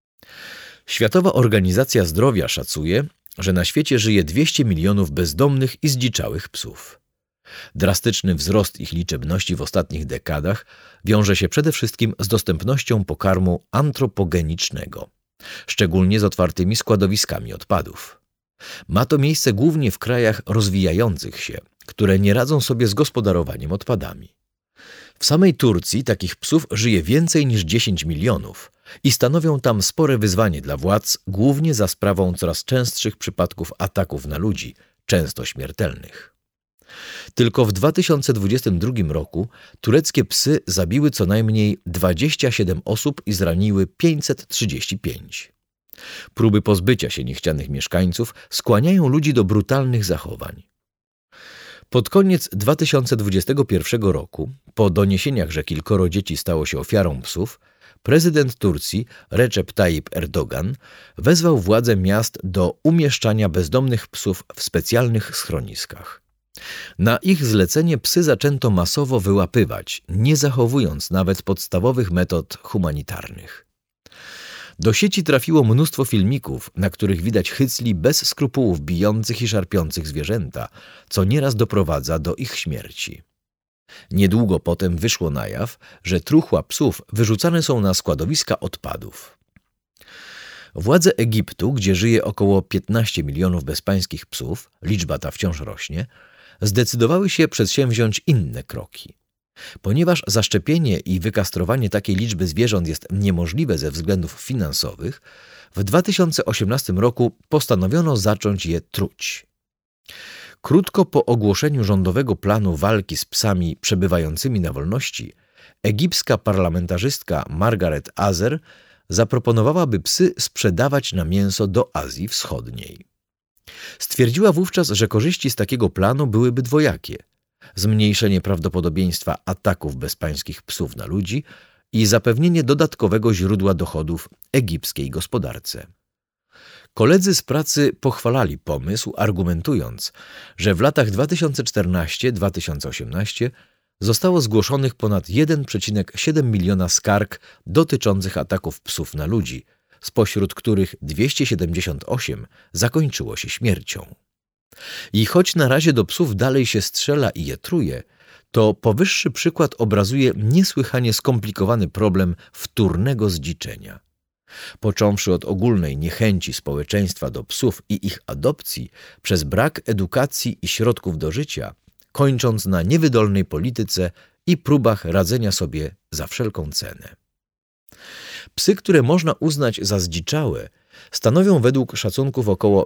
Światowa Organizacja Zdrowia szacuje, że na świecie żyje 200 milionów bezdomnych i zdziczałych psów. Drastyczny wzrost ich liczebności w ostatnich dekadach wiąże się przede wszystkim z dostępnością pokarmu antropogenicznego, szczególnie z otwartymi składowiskami odpadów. Ma to miejsce głównie w krajach rozwijających się, które nie radzą sobie z gospodarowaniem odpadami. W samej Turcji takich psów żyje więcej niż 10 milionów i stanowią tam spore wyzwanie dla władz, głównie za sprawą coraz częstszych przypadków ataków na ludzi, często śmiertelnych. Tylko w 2022 roku tureckie psy zabiły co najmniej 27 osób i zraniły 535. Próby pozbycia się niechcianych mieszkańców skłaniają ludzi do brutalnych zachowań. Pod koniec 2021 roku, po doniesieniach, że kilkoro dzieci stało się ofiarą psów, prezydent Turcji Recep Tayyip Erdogan wezwał władze miast do umieszczania bezdomnych psów w specjalnych schroniskach. Na ich zlecenie psy zaczęto masowo wyłapywać, nie zachowując nawet podstawowych metod humanitarnych. Do sieci trafiło mnóstwo filmików, na których widać hycli bez skrupułów bijących i szarpiących zwierzęta, co nieraz doprowadza do ich śmierci. Niedługo potem wyszło na jaw, że truchła psów wyrzucane są na składowiska odpadów. Władze Egiptu, gdzie żyje około 15 milionów bezpańskich psów, liczba ta wciąż rośnie, zdecydowały się przedsięwziąć inne kroki. Ponieważ zaszczepienie i wykastrowanie takiej liczby zwierząt jest niemożliwe ze względów finansowych, w 2018 roku postanowiono zacząć je truć. Krótko po ogłoszeniu rządowego planu walki z psami przebywającymi na wolności, egipska parlamentarzystka Margaret Azer zaproponowała, by psy sprzedawać na mięso do Azji Wschodniej. Stwierdziła wówczas, że korzyści z takiego planu byłyby dwojakie: zmniejszenie prawdopodobieństwa ataków bezpańskich psów na ludzi i zapewnienie dodatkowego źródła dochodów egipskiej gospodarce. Koledzy z pracy pochwalali pomysł, argumentując, że w latach 2014-2018 zostało zgłoszonych ponad 1,7 miliona skarg dotyczących ataków psów na ludzi, spośród których 278 zakończyło się śmiercią. I choć na razie do psów dalej się strzela i je truje, to powyższy przykład obrazuje niesłychanie skomplikowany problem wtórnego zdziczenia. Począwszy od ogólnej niechęci społeczeństwa do psów i ich adopcji, przez brak edukacji i środków do życia, kończąc na niewydolnej polityce i próbach radzenia sobie za wszelką cenę. Psy, które można uznać za zdziczałe, stanowią według szacunków około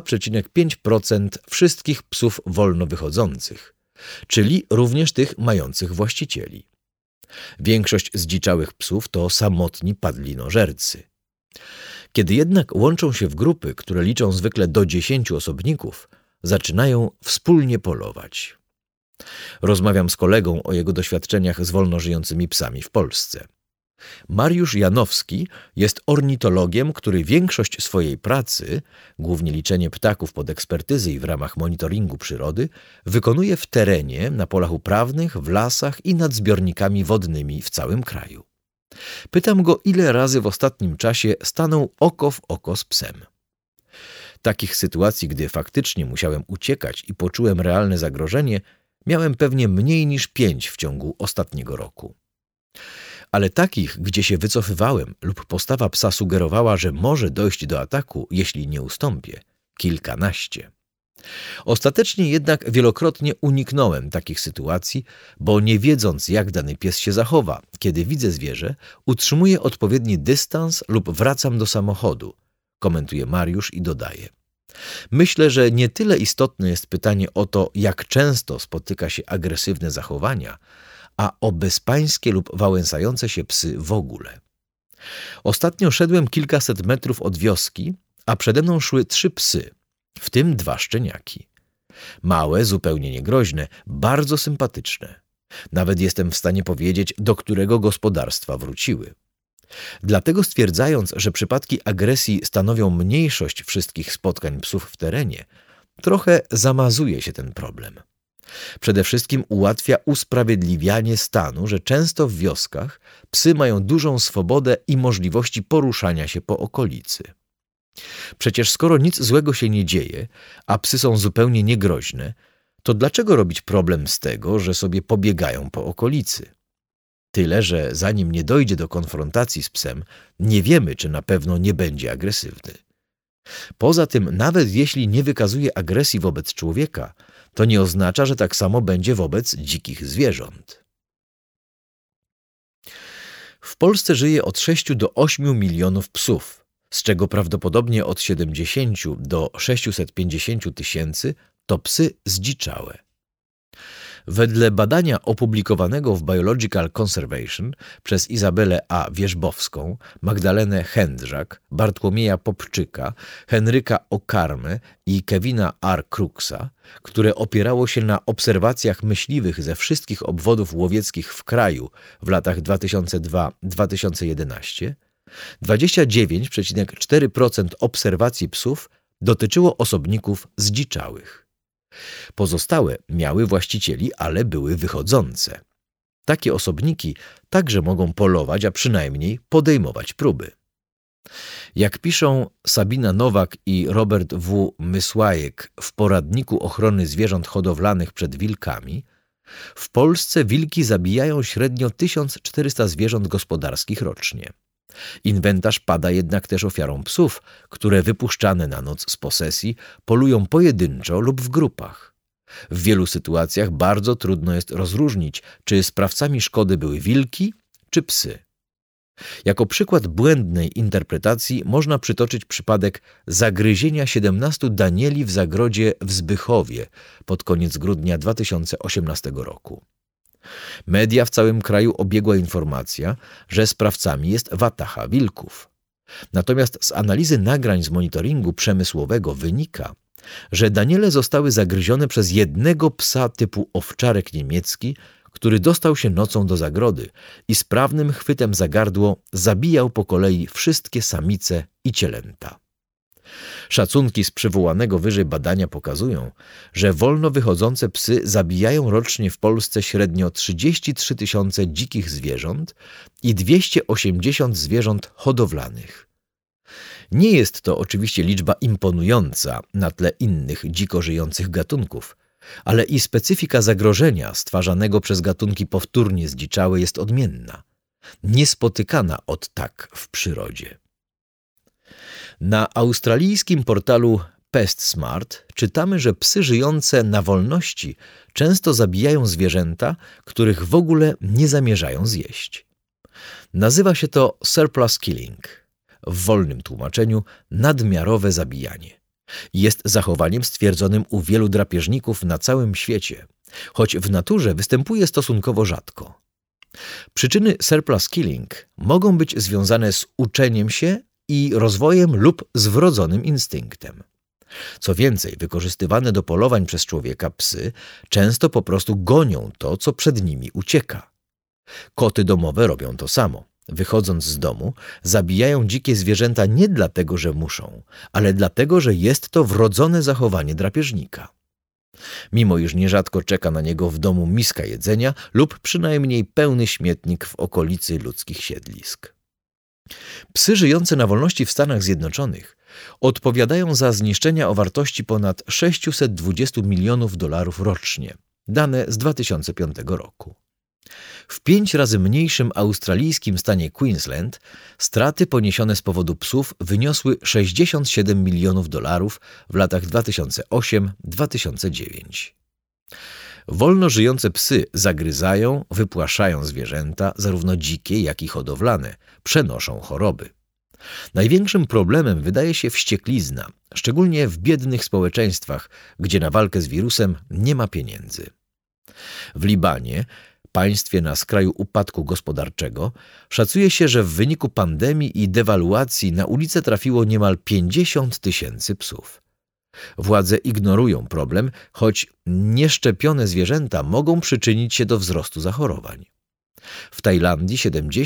2,5% wszystkich psów wolno wychodzących, czyli również tych mających właścicieli. Większość zdziczałych psów to samotni padlinożercy. Kiedy jednak łączą się w grupy, które liczą zwykle do 10 osobników, zaczynają wspólnie polować. Rozmawiam z kolegą o jego doświadczeniach z wolno żyjącymi psami w Polsce. Mariusz Janowski jest ornitologiem, który większość swojej pracy, głównie liczenie ptaków pod ekspertyzy i w ramach monitoringu przyrody, wykonuje w terenie, na polach uprawnych, w lasach i nad zbiornikami wodnymi w całym kraju. Pytam go, ile razy w ostatnim czasie stanął oko w oko z psem. Takich sytuacji, gdy faktycznie musiałem uciekać i poczułem realne zagrożenie, miałem pewnie mniej niż 5 w ciągu ostatniego roku. Ale takich, gdzie się wycofywałem lub postawa psa sugerowała, że może dojść do ataku, jeśli nie ustąpię, kilkanaście. Ostatecznie jednak wielokrotnie uniknąłem takich sytuacji, bo nie wiedząc, jak dany pies się zachowa, kiedy widzę zwierzę, utrzymuję odpowiedni dystans lub wracam do samochodu, komentuje Mariusz i dodaje. Myślę, że nie tyle istotne jest pytanie o to, jak często spotyka się agresywne zachowania, a o bezpańskie lub wałęsające się psy w ogóle. Ostatnio szedłem kilkaset metrów od wioski, a przede mną szły 3 psy, w tym 2 szczeniaki. Małe, zupełnie niegroźne, bardzo sympatyczne. Nawet jestem w stanie powiedzieć, do którego gospodarstwa wróciły. Dlatego stwierdzając, że przypadki agresji stanowią mniejszość wszystkich spotkań psów w terenie, trochę zamazuje się ten problem. Przede wszystkim ułatwia usprawiedliwianie stanu, że często w wioskach psy mają dużą swobodę i możliwości poruszania się po okolicy. Przecież skoro nic złego się nie dzieje, a psy są zupełnie niegroźne, to dlaczego robić problem z tego, że sobie pobiegają po okolicy? Tyle, że zanim nie dojdzie do konfrontacji z psem, nie wiemy, czy na pewno nie będzie agresywny. Poza tym, nawet jeśli nie wykazuje agresji wobec człowieka, to nie oznacza, że tak samo będzie wobec dzikich zwierząt. W Polsce żyje od 6 do 8 milionów psów, z czego prawdopodobnie od 70 do 650 tysięcy to psy zdziczałe. Wedle badania opublikowanego w Biological Conservation przez Izabelę A. Wierzbowską, Magdalenę Händrzak, Bartłomieja Popczyka, Henryka Okarmę i Kevina R. Crooksa, które opierało się na obserwacjach myśliwych ze wszystkich obwodów łowieckich w kraju w latach 2002-2011, 29,4% obserwacji psów dotyczyło osobników zdziczałych. Pozostałe miały właścicieli, ale były wychodzące. Takie osobniki także mogą polować, a przynajmniej podejmować próby. Jak piszą Sabina Nowak i Robert W. Mysłajek w poradniku ochrony zwierząt hodowlanych przed wilkami, w Polsce wilki zabijają średnio 1400 zwierząt gospodarskich rocznie. Inwentarz pada jednak też ofiarą psów, które wypuszczane na noc z posesji polują pojedynczo lub w grupach. W wielu sytuacjach bardzo trudno jest rozróżnić, czy sprawcami szkody były wilki czy psy. Jako przykład błędnej interpretacji można przytoczyć przypadek zagryzienia 17 danieli w zagrodzie w Zbychowie pod koniec grudnia 2018 roku. Media w całym kraju obiegła informacja, że sprawcami jest wataha wilków. Natomiast z analizy nagrań z monitoringu przemysłowego wynika, że daniele zostały zagryzione przez jednego psa typu owczarek niemiecki, który dostał się nocą do zagrody i sprawnym chwytem za gardło zabijał po kolei wszystkie samice i cielęta. Szacunki z przywołanego wyżej badania pokazują, że wolno wychodzące psy zabijają rocznie w Polsce średnio 33 tysiące dzikich zwierząt i 280 zwierząt hodowlanych. Nie jest to oczywiście liczba imponująca na tle innych dziko żyjących gatunków, ale i specyfika zagrożenia stwarzanego przez gatunki powtórnie zdziczałe jest odmienna, niespotykana od tak w przyrodzie. Na australijskim portalu PestSmart czytamy, że psy żyjące na wolności często zabijają zwierzęta, których w ogóle nie zamierzają zjeść. Nazywa się to surplus killing, w wolnym tłumaczeniu nadmiarowe zabijanie. Jest zachowaniem stwierdzonym u wielu drapieżników na całym świecie, choć w naturze występuje stosunkowo rzadko. Przyczyny surplus killing mogą być związane z uczeniem się i rozwojem lub z wrodzonym instynktem. Co więcej, wykorzystywane do polowań przez człowieka psy często po prostu gonią to, co przed nimi ucieka. Koty domowe robią to samo. Wychodząc z domu, zabijają dzikie zwierzęta nie dlatego, że muszą, ale dlatego, że jest to wrodzone zachowanie drapieżnika. Mimo iż nierzadko czeka na niego w domu miska jedzenia lub przynajmniej pełny śmietnik w okolicy ludzkich siedlisk. Psy żyjące na wolności w Stanach Zjednoczonych odpowiadają za zniszczenia o wartości ponad $620 milionów rocznie, dane z 2005 roku. W 5 razy mniejszym australijskim stanie Queensland straty poniesione z powodu psów wyniosły $67 milionów w latach 2008-2009. Wolno żyjące psy zagryzają, wypłaszają zwierzęta, zarówno dzikie, jak i hodowlane, przenoszą choroby. Największym problemem wydaje się wścieklizna, szczególnie w biednych społeczeństwach, gdzie na walkę z wirusem nie ma pieniędzy. W Libanie państwie na skraju upadku gospodarczego szacuje się, że w wyniku pandemii i dewaluacji na ulicę trafiło niemal 50 000 psów. Władze ignorują problem, choć nieszczepione zwierzęta mogą przyczynić się do wzrostu zachorowań. W Tajlandii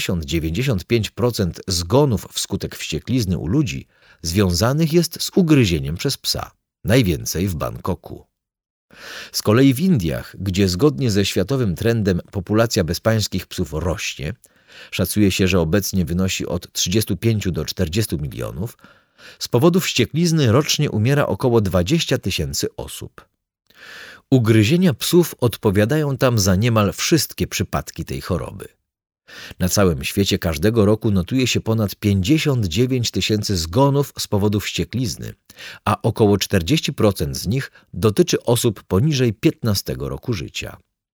70–95% zgonów wskutek wścieklizny u ludzi związanych jest z ugryzieniem przez psa, najwięcej w Bangkoku. Z kolei w Indiach, gdzie zgodnie ze światowym trendem populacja bezpańskich psów rośnie, szacuje się, że obecnie wynosi od 35 do 40 milionów, z powodu wścieklizny rocznie umiera około 20 000 osób. Ugryzienia psów odpowiadają tam za niemal wszystkie przypadki tej choroby. Na całym świecie każdego roku notuje się ponad 59 000 zgonów z powodu wścieklizny, a około 40% z nich dotyczy osób poniżej 15 roku życia.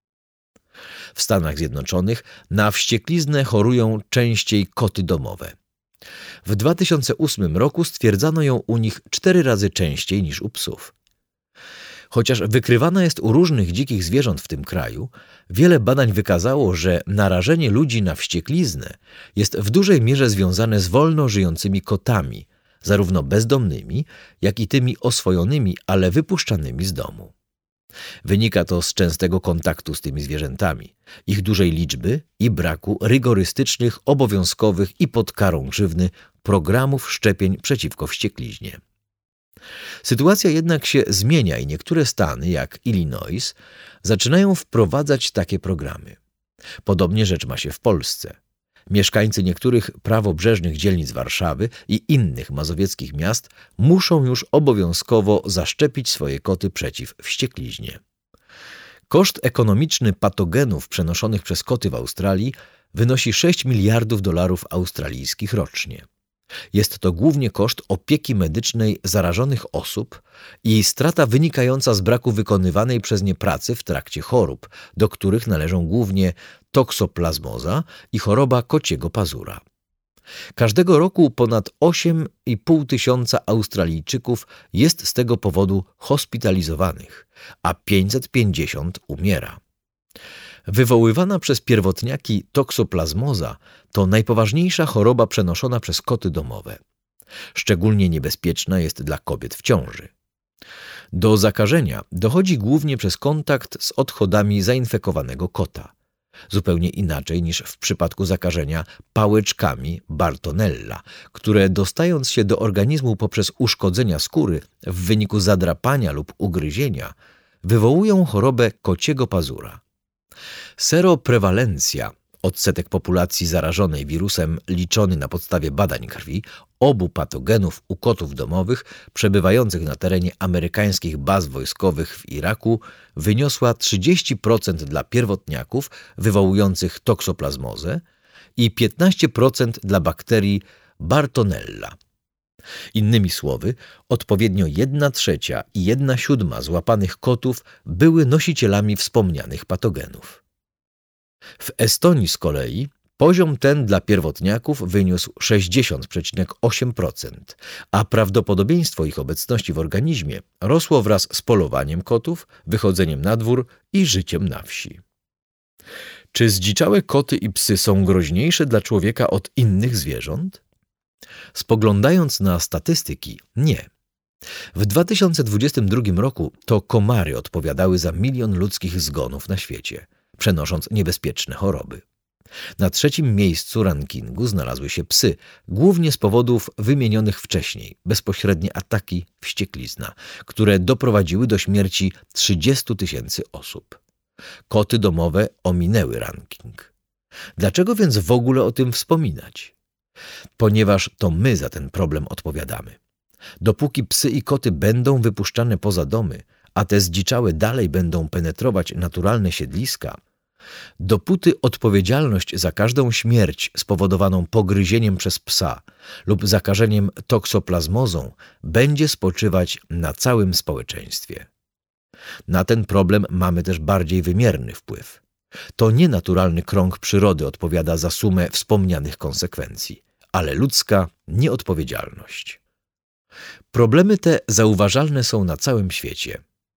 W Stanach Zjednoczonych na wściekliznę chorują częściej koty domowe. W 2008 roku stwierdzano ją u nich 4 razy częściej niż u psów. Chociaż wykrywana jest u różnych dzikich zwierząt w tym kraju, wiele badań wykazało, że narażenie ludzi na wściekliznę jest w dużej mierze związane z wolno żyjącymi kotami, zarówno bezdomnymi, jak i tymi oswojonymi, ale wypuszczanymi z domu. Wynika to z częstego kontaktu z tymi zwierzętami, ich dużej liczby i braku rygorystycznych, obowiązkowych i pod karą grzywny programów szczepień przeciwko wściekliźnie. Sytuacja jednak się zmienia i niektóre stany, jak Illinois, zaczynają wprowadzać takie programy. Podobnie rzecz ma się w Polsce. Mieszkańcy niektórych prawobrzeżnych dzielnic Warszawy i innych mazowieckich miast muszą już obowiązkowo zaszczepić swoje koty przeciw wściekliźnie. Koszt ekonomiczny patogenów przenoszonych przez koty w Australii wynosi $6 miliardów australijskich rocznie. Jest to głównie koszt opieki medycznej zarażonych osób i strata wynikająca z braku wykonywanej przez nie pracy w trakcie chorób, do których należą głównie toksoplazmoza i choroba kociego pazura. Każdego roku ponad 8,5 tysiąca Australijczyków jest z tego powodu hospitalizowanych, a 550 umiera. Wywoływana przez pierwotniaki toksoplazmoza to najpoważniejsza choroba przenoszona przez koty domowe. Szczególnie niebezpieczna jest dla kobiet w ciąży. Do zakażenia dochodzi głównie przez kontakt z odchodami zainfekowanego kota. Zupełnie inaczej niż w przypadku zakażenia pałeczkami Bartonella, które dostając się do organizmu poprzez uszkodzenia skóry w wyniku zadrapania lub ugryzienia, wywołują chorobę kociego pazura. Seroprewalencja, odsetek populacji zarażonej wirusem liczony na podstawie badań krwi, obu patogenów u kotów domowych przebywających na terenie amerykańskich baz wojskowych w Iraku wyniosła 30% dla pierwotniaków wywołujących toksoplazmozę i 15% dla bakterii Bartonella. Innymi słowy, odpowiednio 1/3 i 1/7 złapanych kotów były nosicielami wspomnianych patogenów. W Estonii z kolei poziom ten dla pierwotniaków wyniósł 60,8%, a prawdopodobieństwo ich obecności w organizmie rosło wraz z polowaniem kotów, wychodzeniem na dwór i życiem na wsi. Czy zdziczałe koty i psy są groźniejsze dla człowieka od innych zwierząt? Spoglądając na statystyki, nie. W 2022 roku to komary odpowiadały za 1 milion ludzkich zgonów na świecie, przenosząc niebezpieczne choroby. Na 3. miejscu rankingu znalazły się psy, głównie z powodów wymienionych wcześniej, bezpośrednie ataki, wścieklizna, które doprowadziły do śmierci 30 000 osób. Koty domowe ominęły ranking. Dlaczego więc w ogóle o tym wspominać? Ponieważ to my za ten problem odpowiadamy. Dopóki psy i koty będą wypuszczane poza domy, a te zdziczałe dalej będą penetrować naturalne siedliska, dopóty odpowiedzialność za każdą śmierć spowodowaną pogryzieniem przez psa lub zakażeniem toksoplazmozą będzie spoczywać na całym społeczeństwie. Na ten problem mamy też bardziej wymierny wpływ. To nie naturalny krąg przyrody odpowiada za sumę wspomnianych konsekwencji, ale ludzka nieodpowiedzialność. Problemy te zauważalne są na całym świecie.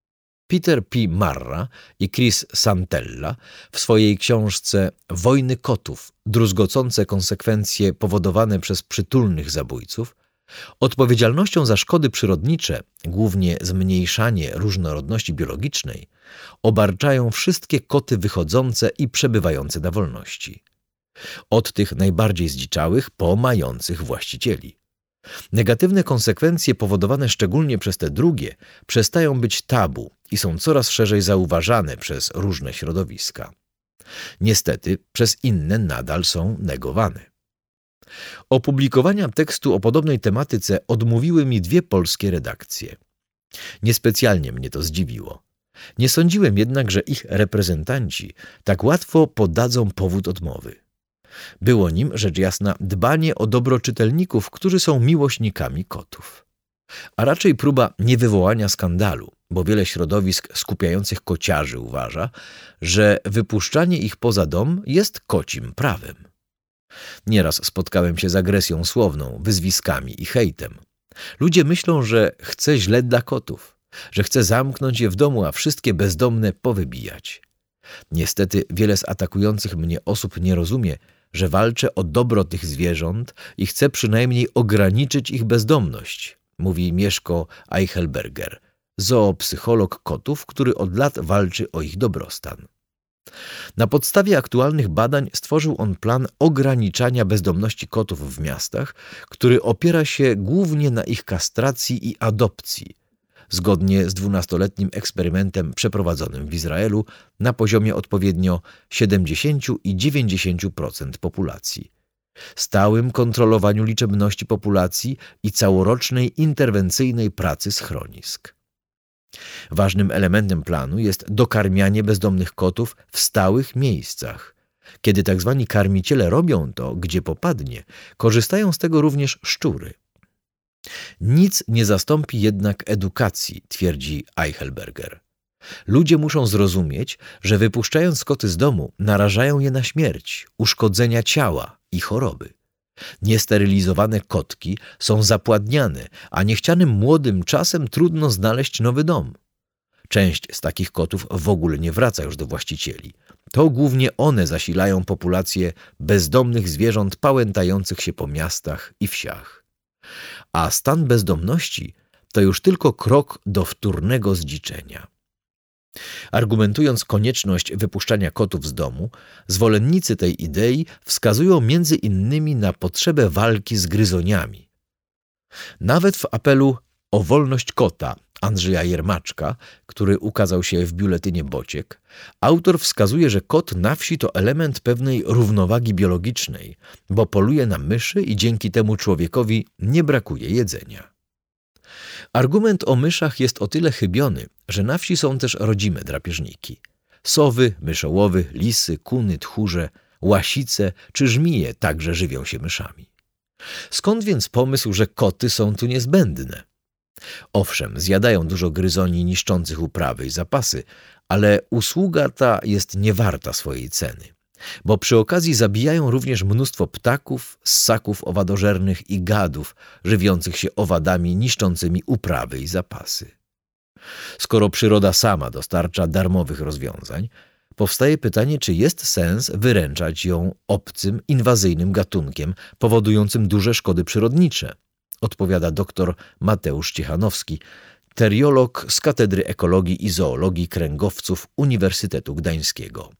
Peter P. Marra i Chris Santella w swojej książce Wojny kotów, druzgocące konsekwencje powodowane przez przytulnych zabójców, odpowiedzialnością za szkody przyrodnicze, głównie zmniejszanie różnorodności biologicznej, obarczają wszystkie koty wychodzące i przebywające na wolności. Od tych najbardziej zdziczałych po mających właścicieli. Negatywne konsekwencje powodowane szczególnie przez te drugie przestają być tabu i są coraz szerzej zauważane przez różne środowiska. Niestety przez inne nadal są negowane. Opublikowania tekstu o podobnej tematyce odmówiły mi 2 polskie redakcje. Niespecjalnie mnie to zdziwiło. Nie sądziłem jednak, że ich reprezentanci tak łatwo podadzą powód odmowy. Było nim, rzecz jasna, dbanie o dobro czytelników, którzy są miłośnikami kotów. A raczej próba niewywołania skandalu, bo wiele środowisk skupiających kociarzy uważa, że wypuszczanie ich poza dom jest kocim prawem. Nieraz spotkałem się z agresją słowną, wyzwiskami i hejtem. Ludzie myślą, że chcę źle dla kotów, że chcę zamknąć je w domu, a wszystkie bezdomne powybijać. Niestety wiele z atakujących mnie osób nie rozumie, że walczę o dobro tych zwierząt i chcę przynajmniej ograniczyć ich bezdomność, mówi Mieszko Eichelberger, zoopsycholog kotów, który od lat walczy o ich dobrostan. Na podstawie aktualnych badań stworzył on plan ograniczania bezdomności kotów w miastach, który opiera się głównie na ich kastracji i adopcji, zgodnie z 12-letnim eksperymentem przeprowadzonym w Izraelu na poziomie odpowiednio 70 i 90% populacji, stałym kontrolowaniu liczebności populacji i całorocznej interwencyjnej pracy schronisk. Ważnym elementem planu jest dokarmianie bezdomnych kotów w stałych miejscach. Kiedy tzw. karmiciele robią to, gdzie popadnie, korzystają z tego również szczury. Nic nie zastąpi jednak edukacji, twierdzi Eichelberger. Ludzie muszą zrozumieć, że wypuszczając koty z domu, narażają je na śmierć, uszkodzenia ciała i choroby. Niesterylizowane kotki są zapładniane, a niechcianym młodym czasem trudno znaleźć nowy dom. Część z takich kotów w ogóle nie wraca już do właścicieli. To głównie one zasilają populację bezdomnych zwierząt pałętających się po miastach i wsiach. A stan bezdomności to już tylko krok do wtórnego zdziczenia. Argumentując konieczność wypuszczania kotów z domu, zwolennicy tej idei wskazują między innymi na potrzebę walki z gryzoniami. Nawet w apelu o wolność kota Andrzeja Jermaczka, który ukazał się w biuletynie Bociek, autor wskazuje, że kot na wsi to element pewnej równowagi biologicznej, bo poluje na myszy i dzięki temu człowiekowi nie brakuje jedzenia. Argument o myszach jest o tyle chybiony, że na wsi są też rodzime drapieżniki. Sowy, myszołowy, lisy, kuny, tchórze, łasice czy żmije także żywią się myszami. Skąd więc pomysł, że koty są tu niezbędne? Owszem, zjadają dużo gryzoni niszczących uprawy i zapasy, ale usługa ta jest niewarta swojej ceny, bo przy okazji zabijają również mnóstwo ptaków, ssaków owadożernych i gadów żywiących się owadami niszczącymi uprawy i zapasy. Skoro przyroda sama dostarcza darmowych rozwiązań, powstaje pytanie, czy jest sens wyręczać ją obcym, inwazyjnym gatunkiem powodującym duże szkody przyrodnicze, odpowiada dr Mateusz Ciechanowski, teriolog z Katedry Ekologii i Zoologii Kręgowców Uniwersytetu Gdańskiego.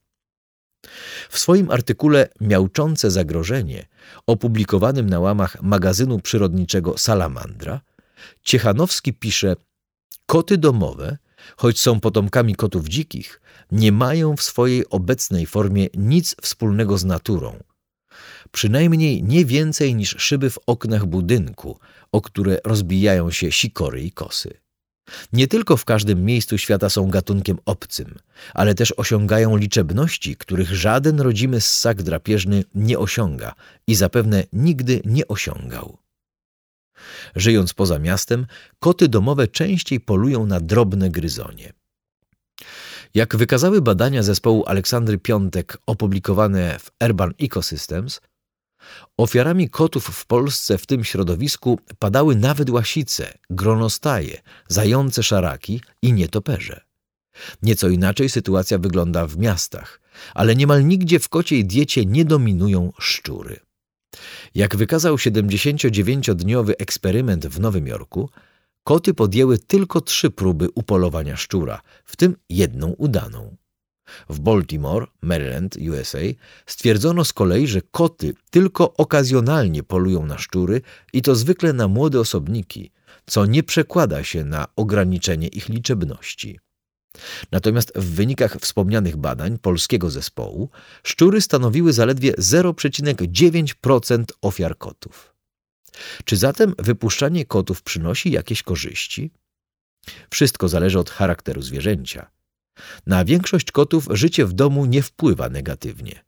W swoim artykule Miauczące zagrożenie, opublikowanym na łamach magazynu przyrodniczego Salamandra, Ciechanowski pisze: koty domowe, choć są potomkami kotów dzikich, nie mają w swojej obecnej formie nic wspólnego z naturą. Przynajmniej nie więcej niż szyby w oknach budynku, o które rozbijają się sikory i kosy. Nie tylko w każdym miejscu świata są gatunkiem obcym, ale też osiągają liczebności, których żaden rodzimy ssak drapieżny nie osiąga i zapewne nigdy nie osiągał. Żyjąc poza miastem, koty domowe częściej polują na drobne gryzonie. Jak wykazały badania zespołu Aleksandry Piątek opublikowane w Urban Ecosystems, ofiarami kotów w Polsce w tym środowisku padały nawet łasice, gronostaje, zające szaraki i nietoperze. Nieco inaczej sytuacja wygląda w miastach, ale niemal nigdzie w kociej diecie nie dominują szczury. Jak wykazał 79-dniowy eksperyment w Nowym Jorku, koty podjęły tylko 3 próby upolowania szczura, w tym 1 udaną. W Baltimore, Maryland, USA stwierdzono z kolei, że koty tylko okazjonalnie polują na szczury i to zwykle na młode osobniki, co nie przekłada się na ograniczenie ich liczebności. Natomiast w wynikach wspomnianych badań polskiego zespołu szczury stanowiły zaledwie 0,9% ofiar kotów. Czy zatem wypuszczanie kotów przynosi jakieś korzyści? Wszystko zależy od charakteru zwierzęcia. Na większość kotów życie w domu nie wpływa negatywnie.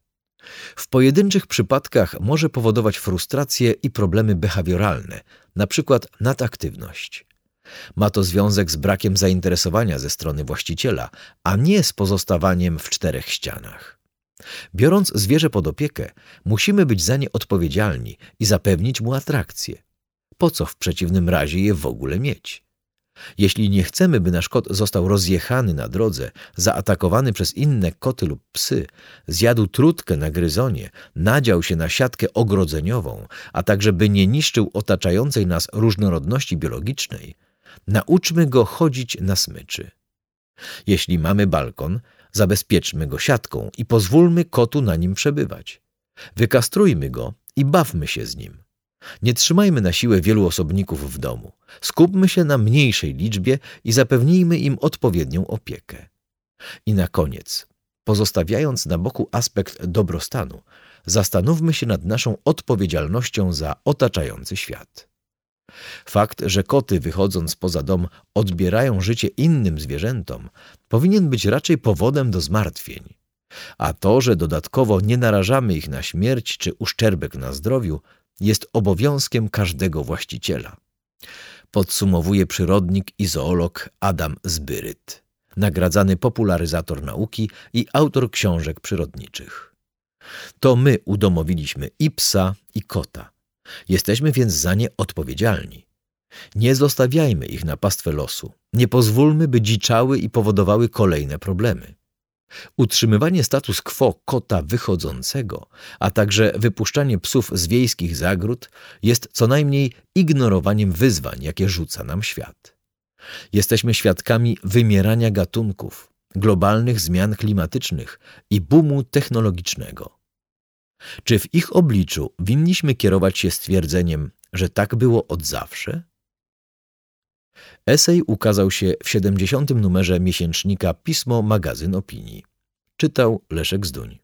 W pojedynczych przypadkach może powodować frustracje i problemy behawioralne, np. nadaktywność. Ma to związek z brakiem zainteresowania ze strony właściciela, a nie z pozostawaniem w 4 ścianach. Biorąc zwierzę pod opiekę, musimy być za nie odpowiedzialni i zapewnić mu atrakcję. Po co w przeciwnym razie je w ogóle mieć? Jeśli nie chcemy, by nasz kot został rozjechany na drodze, zaatakowany przez inne koty lub psy, zjadł trutkę na gryzonie, nadział się na siatkę ogrodzeniową, a także by nie niszczył otaczającej nas różnorodności biologicznej, nauczmy go chodzić na smyczy. Jeśli mamy balkon, zabezpieczmy go siatką i pozwólmy kotu na nim przebywać. Wykastrujmy go i bawmy się z nim. Nie trzymajmy na siłę wielu osobników w domu. Skupmy się na mniejszej liczbie i zapewnijmy im odpowiednią opiekę. I na koniec, pozostawiając na boku aspekt dobrostanu, zastanówmy się nad naszą odpowiedzialnością za otaczający świat. Fakt, że koty wychodząc poza dom odbierają życie innym zwierzętom, powinien być raczej powodem do zmartwień. A to, że dodatkowo nie narażamy ich na śmierć czy uszczerbek na zdrowiu, jest obowiązkiem każdego właściciela. Podsumowuje przyrodnik i zoolog Adam Zbyryt, nagradzany popularyzator nauki i autor książek przyrodniczych. To my udomowiliśmy i psa, i kota. Jesteśmy więc za nie odpowiedzialni. Nie zostawiajmy ich na pastwę losu. Nie pozwólmy, by dziczały i powodowały kolejne problemy. Utrzymywanie status quo kota wychodzącego, a także wypuszczanie psów z wiejskich zagród jest co najmniej ignorowaniem wyzwań, jakie rzuca nam świat. Jesteśmy świadkami wymierania gatunków, globalnych zmian klimatycznych i boomu technologicznego. Czy w ich obliczu winniśmy kierować się stwierdzeniem, że tak było od zawsze? Esej ukazał się w 70. numerze miesięcznika Pismo Magazyn Opinii. Czytał Leszek Zduń.